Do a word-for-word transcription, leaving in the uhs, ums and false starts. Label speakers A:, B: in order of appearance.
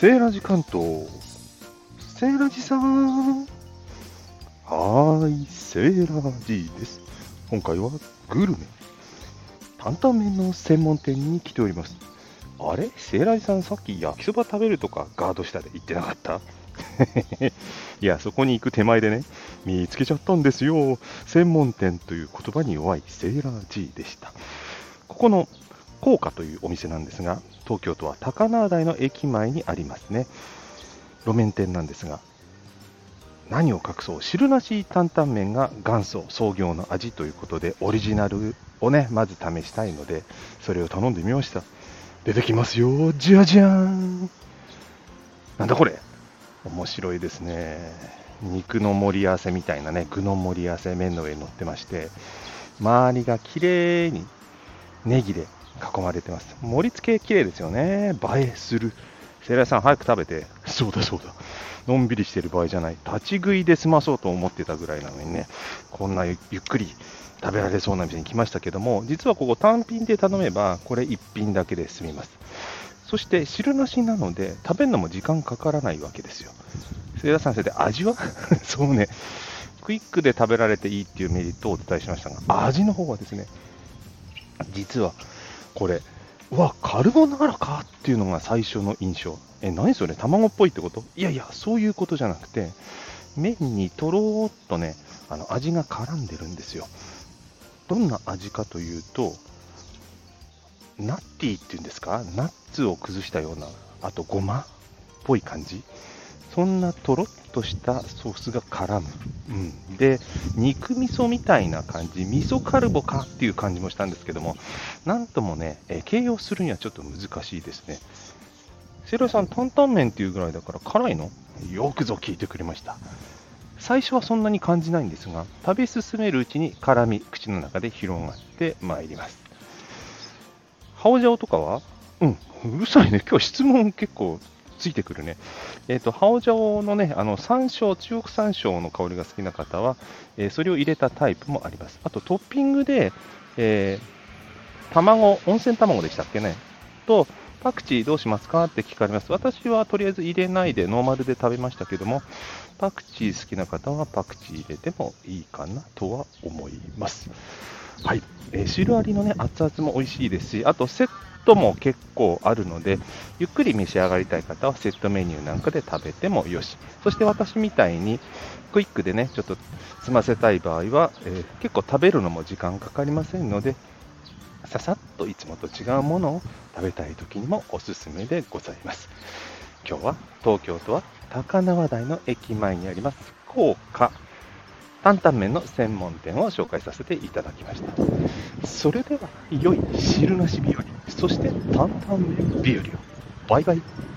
A: セーラジ関東。セーラジさん。はーい、セーラジです。今回はグルメ、担々麺の専門店に来ております。あれ、セーラジさん、さっき焼きそば食べるとかガード下で言ってなかった？いや、そこに行く手前でね、見つけちゃったんですよ。専門店という言葉に弱いセーラー G でした。ここの高華というお店なんですが、東京都は高輪台の駅前にありますね。路面店なんですが、何を隠そう、汁なし担々麺が元祖創業の味ということで、オリジナルをね、まず試したいので、それを頼んでみました。出てきますよ、じゃじゃーん。なんだこれ、面白いですね。肉の盛り合わせみたいなね、具の盛り合わせ、麺の上に乗ってまして、周りが綺麗にネギで囲まれてます。盛り付け綺麗ですよね。映えする。セイラさん、早く食べて。そうだそうだ。のんびりしてる場合じゃない。立ち食いで済まそうと思ってたぐらいなのにね、こんなゆっくり食べられそうな店に来ましたけども、実はここ単品で頼めば、これいっ品だけで済みます。そして汁なしなので、食べるのも時間かからないわけですよ。セイラさん、それで味はそうね、クイックで食べられていいっていうメリットをお伝えしましたが、味の方はですね、実はこれ、うわ、カルボナーラかっていうのが最初の印象。え、何それ、卵っぽいってこと？いやいや、そういうことじゃなくて、麺にとろーっとね、あの味が絡んでるんですよ。どんな味かというと、ナッティっていうんですか、ナッツを崩したような、あとごまっぽい感じ。そんなとろっとしたソースが絡む。うん、で、肉味噌みたいな感じ、味噌カルボかっていう感じもしたんですけども、なんともね、えー形容するにはちょっと難しいですね。セイラさん、担々麺っていうぐらいだから辛いの？よくぞ聞いてくれました。最初はそんなに感じないんですが、食べ進めるうちに辛み、口の中で広がってまいります。ハオジャオとかは？うん、うるさいね。今日質問結構ついてくるね。えっ、と、ハオジャオのね、あの山椒、中国山椒の香りが好きな方は、えーそれを入れたタイプもあります。あと、トッピングで、えー卵、温泉卵でしたっけね。と、パクチーどうしますかって聞かれます。私はとりあえず入れないでノーマルで食べましたけども、パクチー好きな方はパクチー入れてもいいかなとは思います。はい、えー、汁ありのね、熱々も美味しいですし、あとセットも結構あるので、ゆっくり召し上がりたい方はセットメニューなんかで食べてもよし。そして私みたいにクイックでね、ちょっと済ませたい場合は、えー結構食べるのも時間かかりませんので、ささっといつもと違うものを食べたい時にもおすすめでございます。今日は東京都は高輪台の駅前にあります高華担々麺の専門店を紹介させていただきました。それでは良い汁なし日和、そして担々麺日和を。バイバイ。